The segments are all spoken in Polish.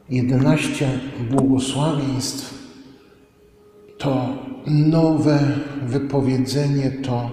11 błogosławieństw to nowe wypowiedzenie, to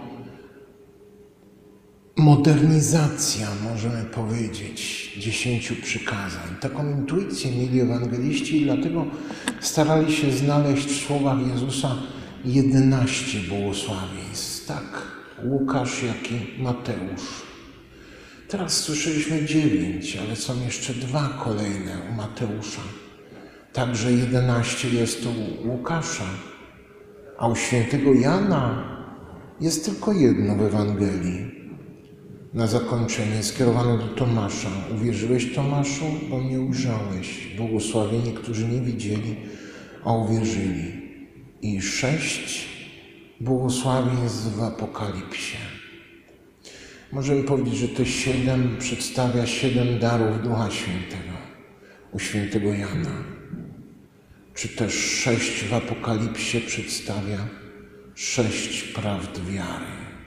modernizacja, możemy powiedzieć, 10 przykazań. Taką intuicję mieli ewangeliści i dlatego starali się znaleźć w słowach Jezusa 11 błogosławieństw. Tak Łukasz, jak i Mateusz. Teraz słyszeliśmy 9, ale są jeszcze 2 kolejne u Mateusza. Także 11 jest u Łukasza, a u świętego Jana jest tylko jedno w Ewangelii. Na zakończenie skierowane do Tomasza. Uwierzyłeś, Tomaszu, bo mnie ujrzałeś. Błogosławieni, którzy nie widzieli, a uwierzyli. I 6 błogosławieństw w Apokalipsie. Możemy powiedzieć, że te 7 przedstawia 7 darów Ducha Świętego u świętego Jana. Czy też 6 w Apokalipsie przedstawia 6 prawd wiary.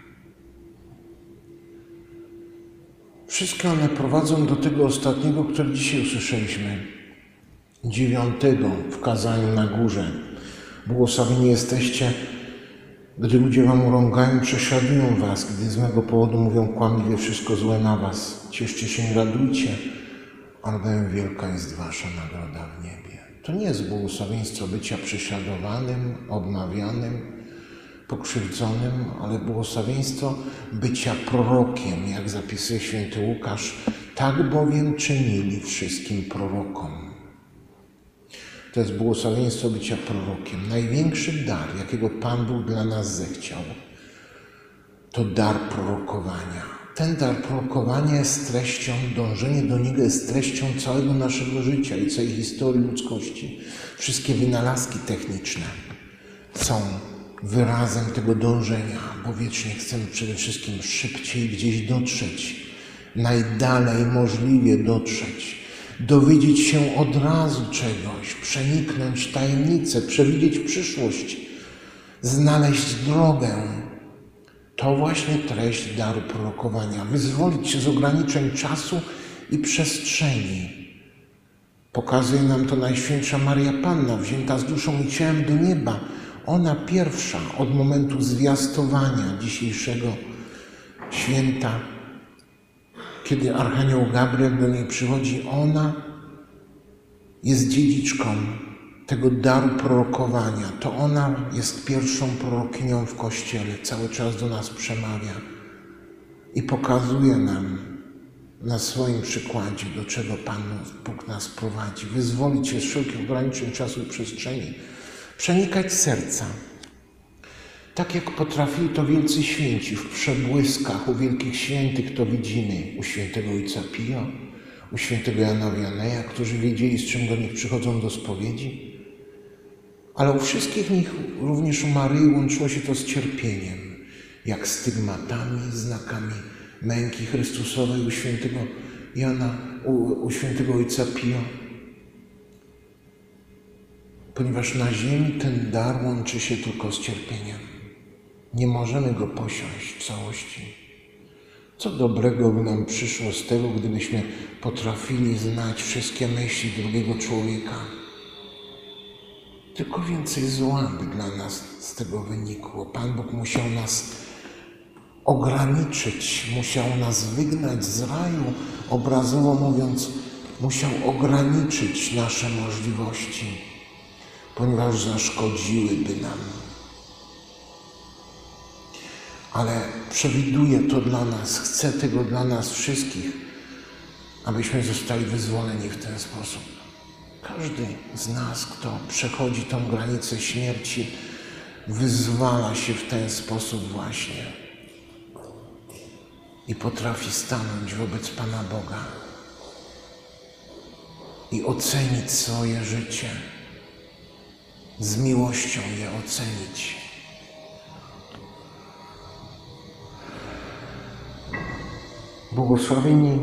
Wszystkie one prowadzą do tego ostatniego, które dzisiaj usłyszeliśmy. 9 w kazaniu na górze. Błogosławieni jesteście, gdy ludzie wam urągają, prześladują was, gdy z mego powodu mówią kłamliwie wszystko złe na was. Cieszcie się i radujcie, albowiem wielka jest wasza nagroda w niebie. To nie jest błogosławieństwo bycia prześladowanym, obmawianym, pokrzywdzonym, ale błogosławieństwo bycia prorokiem, jak zapisuje święty Łukasz. Tak bowiem czynili wszystkim prorokom. To jest błogosławieństwo bycia prorokiem. Największy dar, jakiego Pan Bóg dla nas zechciał, to dar prorokowania. Ten dar prorokowania jest treścią, dążenie do niego jest treścią całego naszego życia i całej historii ludzkości. Wszystkie wynalazki techniczne są wyrazem tego dążenia, bo wiecznie chcemy przede wszystkim szybciej gdzieś dotrzeć, najdalej możliwie dotrzeć, dowiedzieć się od razu czegoś, przeniknąć tajemnicę, przewidzieć przyszłość, znaleźć drogę. To właśnie treść daru prorokowania. Wyzwolić się z ograniczeń czasu i przestrzeni. Pokazuje nam to Najświętsza Maria Panna, wzięta z duszą i ciałem do nieba. Ona pierwsza od momentu zwiastowania dzisiejszego święta, kiedy Archanioł Gabriel do niej przychodzi, ona jest dziedziczką tego daru prorokowania. To ona jest pierwszą prorokinią w Kościele, cały czas do nas przemawia i pokazuje nam na swoim przykładzie, do czego Pan Bóg nas prowadzi. Wyzwolić się z wszelkich ograniczeń czasu i przestrzeni, przenikać serca. Tak jak potrafili to wielcy święci w przebłyskach u wielkich świętych, to widzimy u świętego Ojca Pio, u świętego Jana Wianeja, którzy wiedzieli, z czym do nich przychodzą do spowiedzi. Ale u wszystkich nich, również u Maryi, łączyło się to z cierpieniem, jak stygmatami, znakami męki Chrystusowej u świętego Jana, u świętego Ojca Pio. Ponieważ na ziemi ten dar łączy się tylko z cierpieniem. Nie możemy go posiąść w całości. Co dobrego by nam przyszło z tego, gdybyśmy potrafili znać wszystkie myśli drugiego człowieka? Tylko więcej zła by dla nas z tego wynikło. Pan Bóg musiał nas ograniczyć, musiał nas wygnać z raju, obrazowo mówiąc, musiał ograniczyć nasze możliwości, ponieważ zaszkodziłyby nam. Ale przewiduje to dla nas, chce tego dla nas wszystkich, abyśmy zostali wyzwoleni w ten sposób. Każdy z nas, kto przechodzi tą granicę śmierci, wyzwala się w ten sposób właśnie i potrafi stanąć wobec Pana Boga i ocenić swoje życie, z miłością je ocenić. Błogosławieni,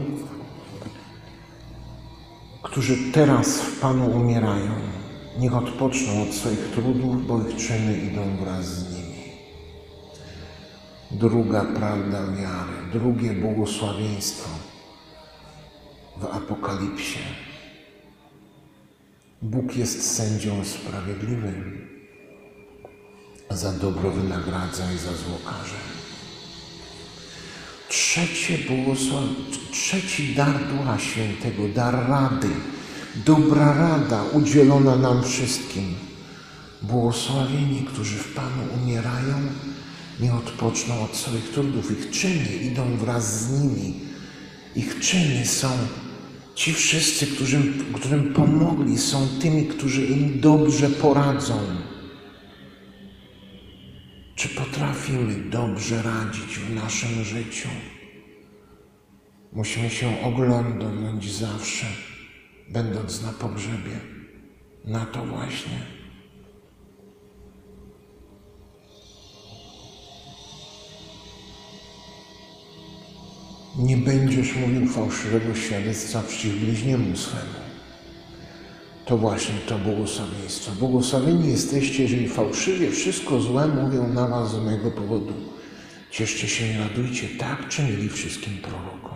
którzy teraz w Panu umierają, niech odpoczną od swoich trudów, bo ich czyny idą wraz z nimi. Druga prawda wiary, drugie błogosławieństwo w Apokalipsie. Bóg jest sędzią sprawiedliwym. Za dobro wynagradza i za zło karze. Trzeci dar Ducha Świętego, dar rady, dobra rada udzielona nam wszystkim. Błogosławieni, którzy w Panu umierają, nie odpoczną od swoich trudów. Ich czyny idą wraz z nimi. Ich czyny są ci wszyscy, którym pomogli, są tymi, którzy im dobrze poradzą. Czy potrafimy dobrze radzić w naszym życiu? Musimy się oglądać zawsze, będąc na pogrzebie. Na to właśnie. Nie będziesz mówił fałszywego świadectwa przeciw bliźniemu swemu. To właśnie to błogosławieństwo. Błogosławieni jesteście, jeżeli fałszywie wszystko złe mówią na was z mojego powodu. Cieszcie się i radujcie, tak czynili wszystkim prorokom.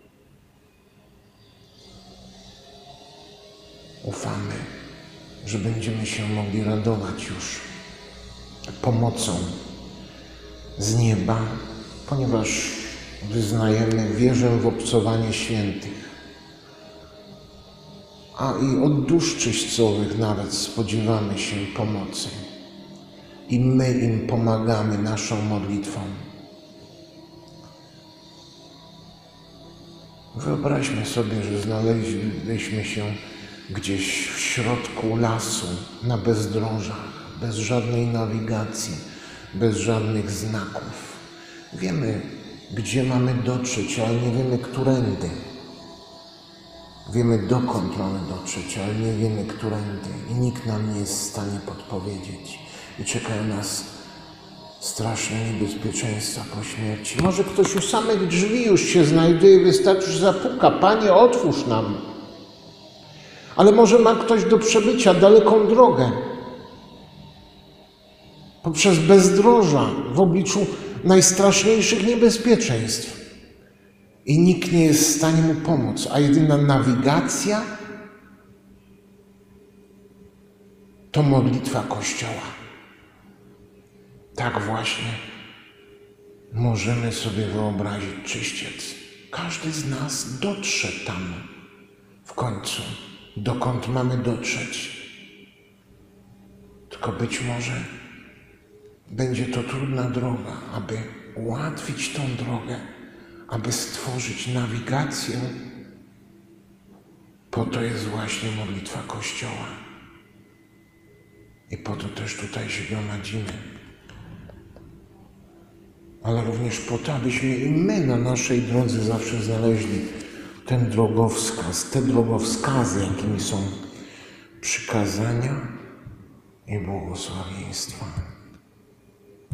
Ufamy, że będziemy się mogli radować już pomocą z nieba, ponieważ wyznajemy wierę w obcowanie świętych. A i od dusz czyścowych nawet spodziewamy się pomocy. I my im pomagamy naszą modlitwą. Wyobraźmy sobie, że znaleźliśmy się gdzieś w środku lasu, na bezdrożach, bez żadnej nawigacji, bez żadnych znaków. Wiemy, gdzie mamy dotrzeć, ale nie wiemy, którędy. Wiemy, dokąd mamy dotrzeć, ale nie wiemy, którędy. I nikt nam nie jest w stanie podpowiedzieć. I czekają nas straszne niebezpieczeństwa po śmierci. Może ktoś u samych drzwi już się znajduje, wystarczy, że zapuka. Panie, otwórz nam. Ale może ma ktoś do przebycia daleką drogę. Poprzez bezdroża, w obliczu najstraszniejszych niebezpieczeństw. I nikt nie jest w stanie mu pomóc, a jedyna nawigacja to modlitwa Kościoła. Tak właśnie możemy sobie wyobrazić czyściec. Każdy z nas dotrze tam w końcu, dokąd mamy dotrzeć. Tylko być może będzie to trudna droga, aby ułatwić tą drogę, aby stworzyć nawigację. Po to jest właśnie modlitwa Kościoła. I po to też tutaj się gromadzimy. Ale również po to, abyśmy i my na naszej drodze zawsze znaleźli ten drogowskaz, te drogowskazy, jakimi są przykazania i błogosławieństwa.